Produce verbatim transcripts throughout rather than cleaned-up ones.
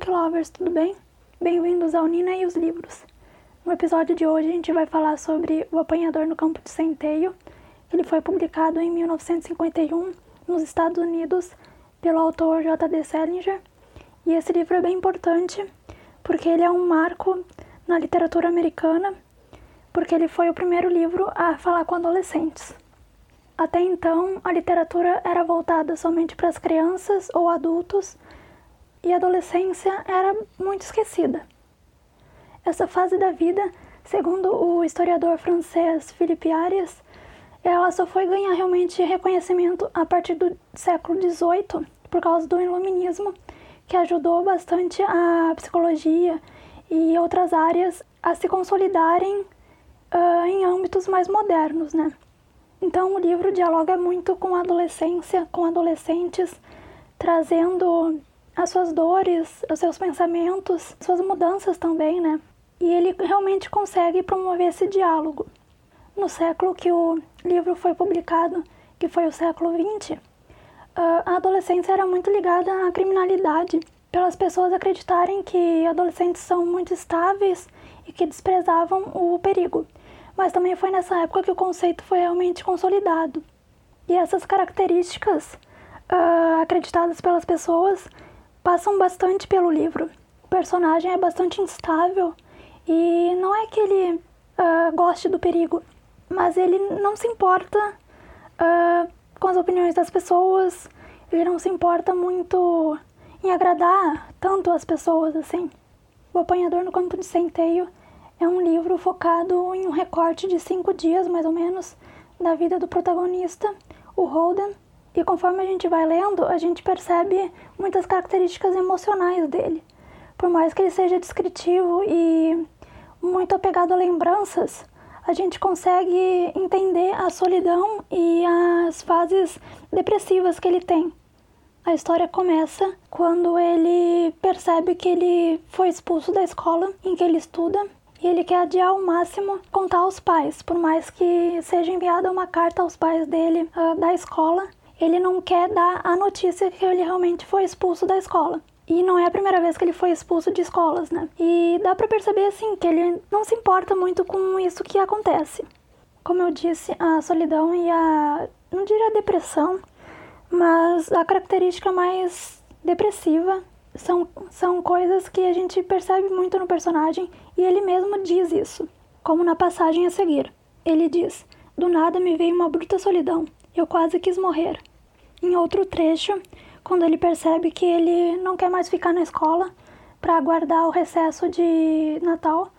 Book Lovers, tudo bem? Bem-vindos ao Nina e os Livros. No episódio de hoje a gente vai falar sobre O Apanhador no Campo de Centeio. Ele foi publicado em mil novecentos e cinquenta e um nos Estados Unidos pelo autor J D Salinger. E esse livro é bem importante porque ele é um marco na literatura americana, porque ele foi o primeiro livro a falar com adolescentes. Até então, a literatura era voltada somente para as crianças ou adultos, e a adolescência era muito esquecida. Essa fase da vida, segundo o historiador francês Philippe Ariès, ela só foi ganhar realmente reconhecimento a partir do século dezoito, por causa do iluminismo, que ajudou bastante a psicologia e outras áreas a se consolidarem uh, em âmbitos mais modernos, né? Então o livro dialoga muito com a adolescência, com adolescentes, trazendo as suas dores, os seus pensamentos, suas mudanças também, né? E ele realmente consegue promover esse diálogo. No século que o livro foi publicado, que foi o século vinte, a adolescência era muito ligada à criminalidade, pelas pessoas acreditarem que adolescentes são muito estáveis e que desprezavam o perigo. Mas também foi nessa época que o conceito foi realmente consolidado. E essas características uh, acreditadas pelas pessoas passam bastante pelo livro. O personagem é bastante instável e não é que ele uh, goste do perigo, mas ele não se importa uh, com as opiniões das pessoas, ele não se importa muito em agradar tanto as pessoas assim. O Apanhador no Campo de Centeio é um livro focado em um recorte de cinco dias, mais ou menos, da vida do protagonista, o Holden. E conforme a gente vai lendo, a gente percebe muitas características emocionais dele. Por mais que ele seja descritivo e muito apegado a lembranças, a gente consegue entender a solidão e as fases depressivas que ele tem. A história começa quando ele percebe que ele foi expulso da escola em que ele estuda e ele quer adiar ao máximo contar aos pais, por mais que seja enviada uma carta aos pais dele uh, da escola. Ele não quer dar a notícia que ele realmente foi expulso da escola. E não é a primeira vez que ele foi expulso de escolas, né? E dá pra perceber, assim, que ele não se importa muito com isso que acontece. Como eu disse, a solidão e a... não diria a depressão, mas a característica mais depressiva são, são coisas que a gente percebe muito no personagem e ele mesmo diz isso, como na passagem a seguir. Ele diz: "Do nada me veio uma bruta solidão. Eu quase quis morrer." Em outro trecho, quando ele percebe que ele não quer mais ficar na escola para aguardar o recesso de Natal,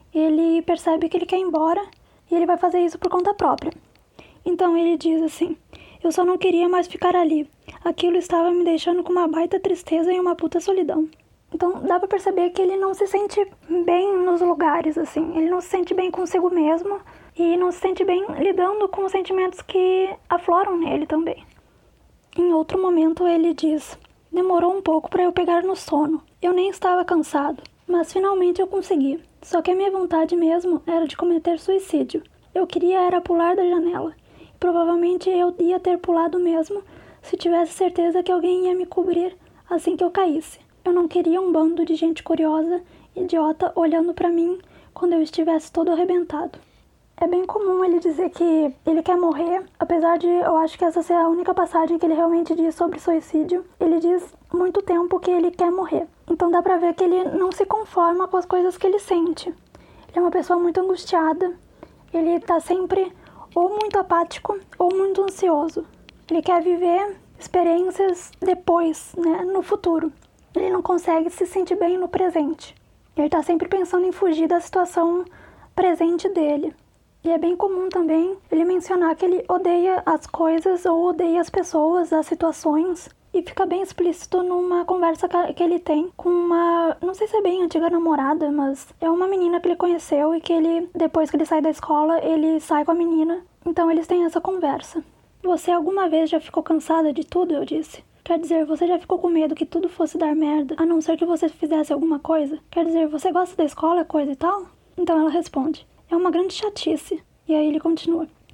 ele percebe que ele quer ir embora e ele vai fazer isso por conta própria. Então ele diz assim: "Eu só não queria mais ficar ali. Aquilo estava me deixando com uma baita tristeza e uma puta solidão." Então dá pra perceber que ele não se sente bem nos lugares, assim. Ele não se sente bem consigo mesmo e não se sente bem lidando com os sentimentos que afloram nele também. Em outro momento ele diz: "Demorou um pouco para eu pegar no sono. Eu nem estava cansado, mas finalmente eu consegui. Só que a minha vontade mesmo era de cometer suicídio. Eu queria era pular da janela. E provavelmente eu ia ter pulado mesmo se tivesse certeza que alguém ia me cobrir assim que eu caísse. Eu não queria um bando de gente curiosa, idiota, olhando para mim quando eu estivesse todo arrebentado." É bem comum ele dizer que ele quer morrer, apesar de eu acho que essa ser a única passagem que ele realmente diz sobre suicídio. Ele diz muito tempo que ele quer morrer. Então dá pra ver que ele não se conforma com as coisas que ele sente. Ele é uma pessoa muito angustiada, ele tá sempre ou muito apático ou muito ansioso. Ele quer viver experiências depois, né, no futuro. Ele não consegue se sentir bem no presente. Ele tá sempre pensando em fugir da situação presente dele. E é bem comum também ele mencionar que ele odeia as coisas ou odeia as pessoas, as situações. E fica bem explícito numa conversa que ele tem com uma, não sei se é bem antiga namorada, mas é uma menina que ele conheceu e que ele, depois que ele sai da escola, ele sai com a menina. Então eles têm essa conversa. "Você alguma vez já ficou cansada de tudo?" eu disse. "Quer dizer, você já ficou com medo que tudo fosse dar merda, a não ser que você fizesse alguma coisa? Quer dizer, você gosta da escola, coisa e tal?" Então ela responde: "É uma grande chatice." E aí ele continua: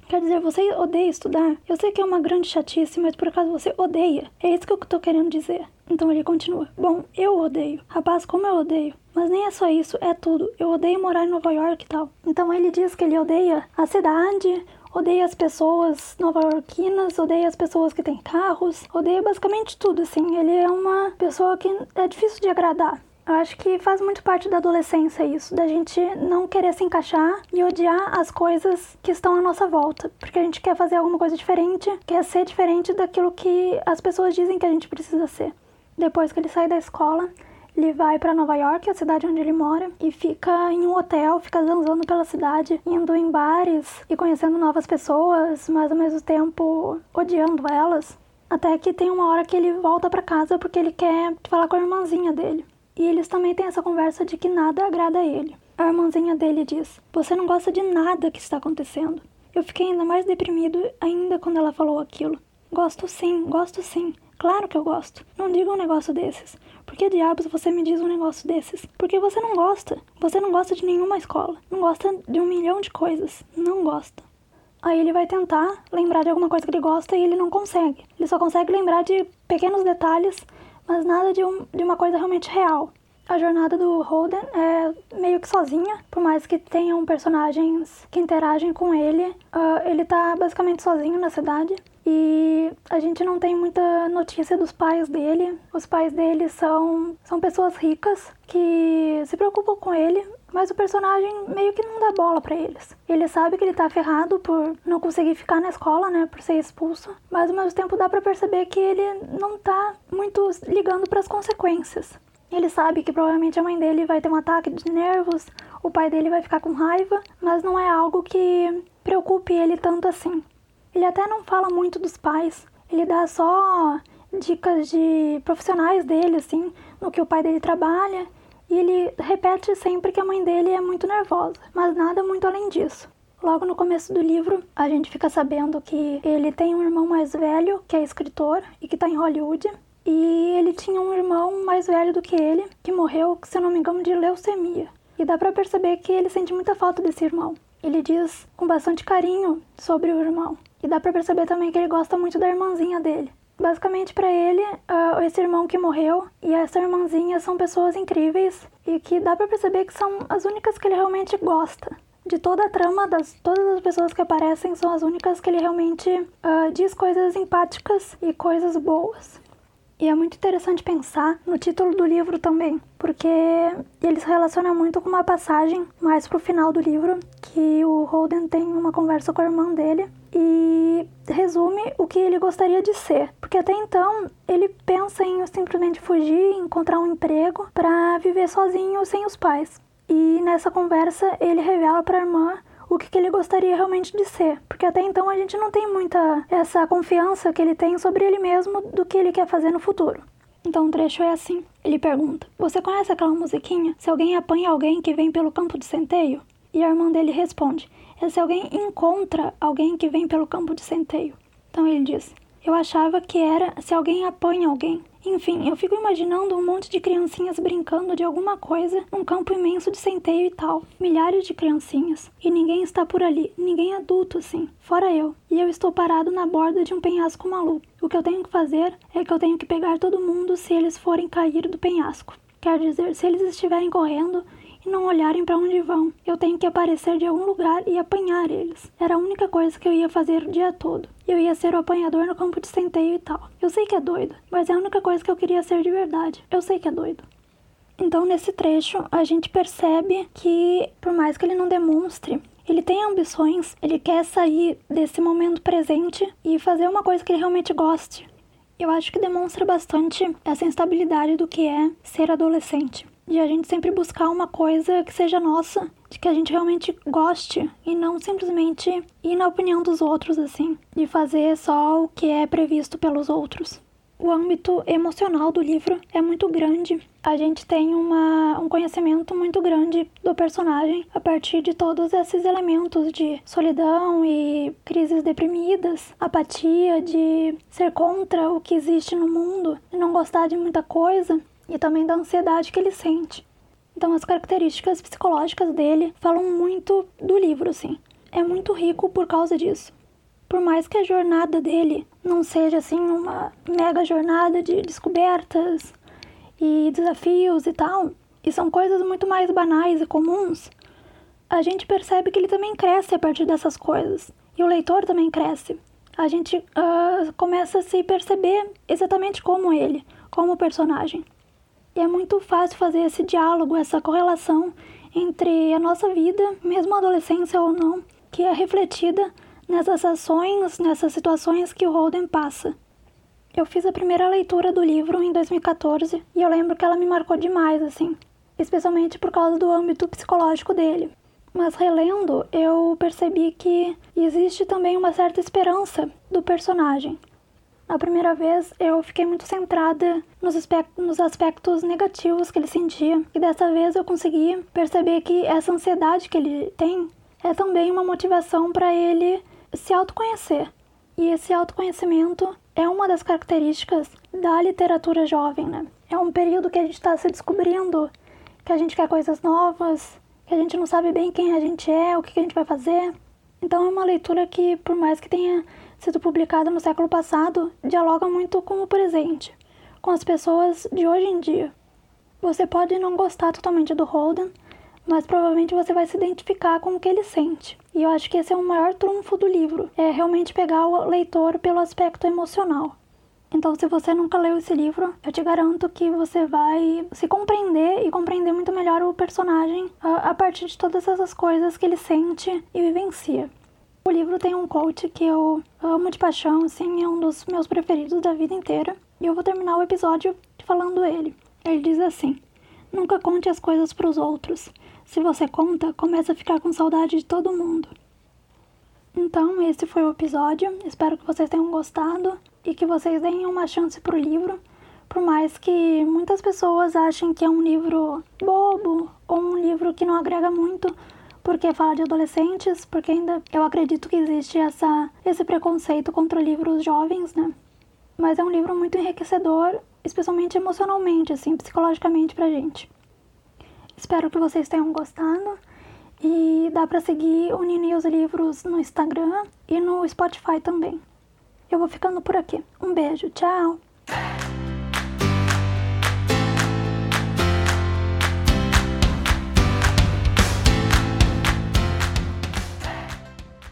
Quer dizer, você odeia estudar? Eu sei que é uma grande chatice, mas por acaso você odeia? É isso que eu tô querendo dizer. Então ele continua. Bom, eu odeio. Rapaz, como eu odeio. Mas nem é só isso, é tudo. Eu odeio morar em Nova York e tal. Então ele diz que ele odeia a cidade, odeia as pessoas nova-iorquinas, odeia as pessoas que têm carros, odeia basicamente tudo, assim. Ele é uma pessoa que é difícil de agradar. Eu acho que faz muito parte da adolescência isso, da gente não querer se encaixar e odiar as coisas que estão à nossa volta. Porque a gente quer fazer alguma coisa diferente, quer ser diferente daquilo que as pessoas dizem que a gente precisa ser. Depois que ele sai da escola, ele vai pra Nova York, a cidade onde ele mora, e fica em um hotel, fica zanzando pela cidade, indo em bares e conhecendo novas pessoas, mas ao mesmo tempo odiando elas. Até que tem uma hora que ele volta pra casa porque ele quer falar com a irmãzinha dele. E eles também têm essa conversa de que nada agrada a ele. A irmãzinha dele diz: você não gosta de nada que está acontecendo. Eu fiquei ainda mais deprimido ainda quando ela falou aquilo. Gosto sim, gosto sim. Claro que eu gosto. Não diga um negócio desses. Por que diabos você me diz um negócio desses? Porque você não gosta. Você não gosta de nenhuma escola. Não gosta de um milhão de coisas. Não gosta. Aí ele vai tentar lembrar de alguma coisa que ele gosta e ele não consegue. Ele só consegue lembrar de pequenos detalhes, mas nada de, um, de uma coisa realmente real. A jornada do Holden é meio que sozinha, por mais que tenham personagens que interagem com ele, uh, ele tá basicamente sozinho na cidade. E a gente não tem muita notícia dos pais dele. Os pais dele são, são pessoas ricas que se preocupam com ele, mas o personagem meio que não dá bola pra eles. Ele sabe que ele tá ferrado por não conseguir ficar na escola, né, por ser expulso, mas ao mesmo tempo dá pra perceber que ele não tá muito ligando pras consequências. Ele sabe que provavelmente a mãe dele vai ter um ataque de nervos, o pai dele vai ficar com raiva, mas não é algo que preocupe ele tanto assim. Ele até não fala muito dos pais, ele dá só dicas de profissionais dele, assim, no que o pai dele trabalha, e ele repete sempre que a mãe dele é muito nervosa, mas nada muito além disso. Logo no começo do livro, a gente fica sabendo que ele tem um irmão mais velho, que é escritor e que tá em Hollywood, e ele tinha um irmão mais velho do que ele, que morreu, se eu não me engano, de leucemia. E dá pra perceber que ele sente muita falta desse irmão. Ele diz com bastante carinho sobre o irmão. E dá pra perceber também que ele gosta muito da irmãzinha dele. Basicamente, pra ele, uh, esse irmão que morreu e essa irmãzinha são pessoas incríveis e que dá pra perceber que são as únicas que ele realmente gosta. De toda a trama, das, todas as pessoas que aparecem são as únicas que ele realmente uh, diz coisas empáticas e coisas boas. E é muito interessante pensar no título do livro também, porque ele se relaciona muito com uma passagem mais pro final do livro, que o Holden tem uma conversa com a irmã dele e resume o que ele gostaria de ser. Porque até então ele pensa em simplesmente fugir, encontrar um emprego para viver sozinho sem os pais. E nessa conversa ele revela para a irmã o que, que ele gostaria realmente de ser, porque até então a gente não tem muita essa confiança que ele tem sobre ele mesmo do que ele quer fazer no futuro. Então o trecho é assim, ele pergunta: você conhece aquela musiquinha? Se alguém apanha alguém que vem pelo campo de centeio? E a irmã dele responde: é se alguém encontra alguém que vem pelo campo de centeio. Então ele diz: eu achava que era se alguém apanha alguém. Enfim, eu fico imaginando um monte de criancinhas brincando de alguma coisa num campo imenso de centeio e tal. Milhares de criancinhas. E ninguém está por ali. Ninguém adulto, assim. Fora eu. E eu estou parado na borda de um penhasco maluco. O que eu tenho que fazer é que eu tenho que pegar todo mundo se eles forem cair do penhasco. Quer dizer, se eles estiverem correndo e não olharem para onde vão, eu tenho que aparecer de algum lugar e apanhar eles. Era a única coisa que eu ia fazer o dia todo. Eu ia ser o apanhador no campo de centeio e tal. Eu sei que é doido, mas é a única coisa que eu queria ser de verdade. Eu sei que é doido. Então, nesse trecho, a gente percebe que, por mais que ele não demonstre, ele tem ambições, ele quer sair desse momento presente e fazer uma coisa que ele realmente goste. Eu acho que demonstra bastante essa instabilidade do que é ser adolescente. De a gente sempre buscar uma coisa que seja nossa, de que a gente realmente goste e não simplesmente ir na opinião dos outros, assim, de fazer só o que é previsto pelos outros. O âmbito emocional do livro é muito grande. A gente tem uma, um conhecimento muito grande do personagem a partir de todos esses elementos de solidão e crises deprimidas, apatia, de ser contra o que existe no mundo, de não gostar de muita coisa, e também da ansiedade que ele sente. Então as características psicológicas dele falam muito do livro, assim. É muito rico por causa disso. Por mais que a jornada dele não seja assim uma mega jornada de descobertas e desafios e tal, e são coisas muito mais banais e comuns, a gente percebe que ele também cresce a partir dessas coisas. E o leitor também cresce. A gente uh, começa a se perceber exatamente como ele, como personagem. E é muito fácil fazer esse diálogo, essa correlação entre a nossa vida, mesmo a adolescência ou não, que é refletida nessas ações, nessas situações que o Holden passa. Eu fiz a primeira leitura do livro em dois mil e quatorze e eu lembro que ela me marcou demais, assim, especialmente por causa do âmbito psicológico dele. Mas relendo, eu percebi que existe também uma certa esperança do personagem. Na primeira vez, eu fiquei muito centrada nos, aspectos, nos aspectos negativos que ele sentia. E dessa vez eu consegui perceber que essa ansiedade que ele tem é também uma motivação para ele se autoconhecer. E esse autoconhecimento é uma das características da literatura jovem, né? É um período que a gente está se descobrindo, que a gente quer coisas novas, que a gente não sabe bem quem a gente é, o que a gente vai fazer. Então é uma leitura que, por mais que tenha sido publicada no século passado, dialoga muito com o presente, com as pessoas de hoje em dia. Você pode não gostar totalmente do Holden, mas provavelmente você vai se identificar com o que ele sente. E eu acho que esse é o maior trunfo do livro, é realmente pegar o leitor pelo aspecto emocional. Então, se você nunca leu esse livro, eu te garanto que você vai se compreender e compreender muito melhor o personagem a, a partir de todas essas coisas que ele sente e vivencia. O livro tem um quote que eu amo de paixão, assim, é um dos meus preferidos da vida inteira. E eu vou terminar o episódio falando ele. Ele diz assim: nunca conte as coisas para os outros. Se você conta, começa a ficar com saudade de todo mundo. Então, esse foi o episódio. Espero que vocês tenham gostado e que vocês deem uma chance pro livro. Por mais que muitas pessoas achem que é um livro bobo ou um livro que não agrega muito, porque fala de adolescentes, porque ainda eu acredito que existe essa, esse preconceito contra livros jovens, né? Mas é um livro muito enriquecedor, especialmente emocionalmente, assim, psicologicamente pra gente. Espero que vocês tenham gostado. E dá pra seguir o Nini e os Livros no Instagram e no Spotify também. Eu vou ficando por aqui. Um beijo, tchau!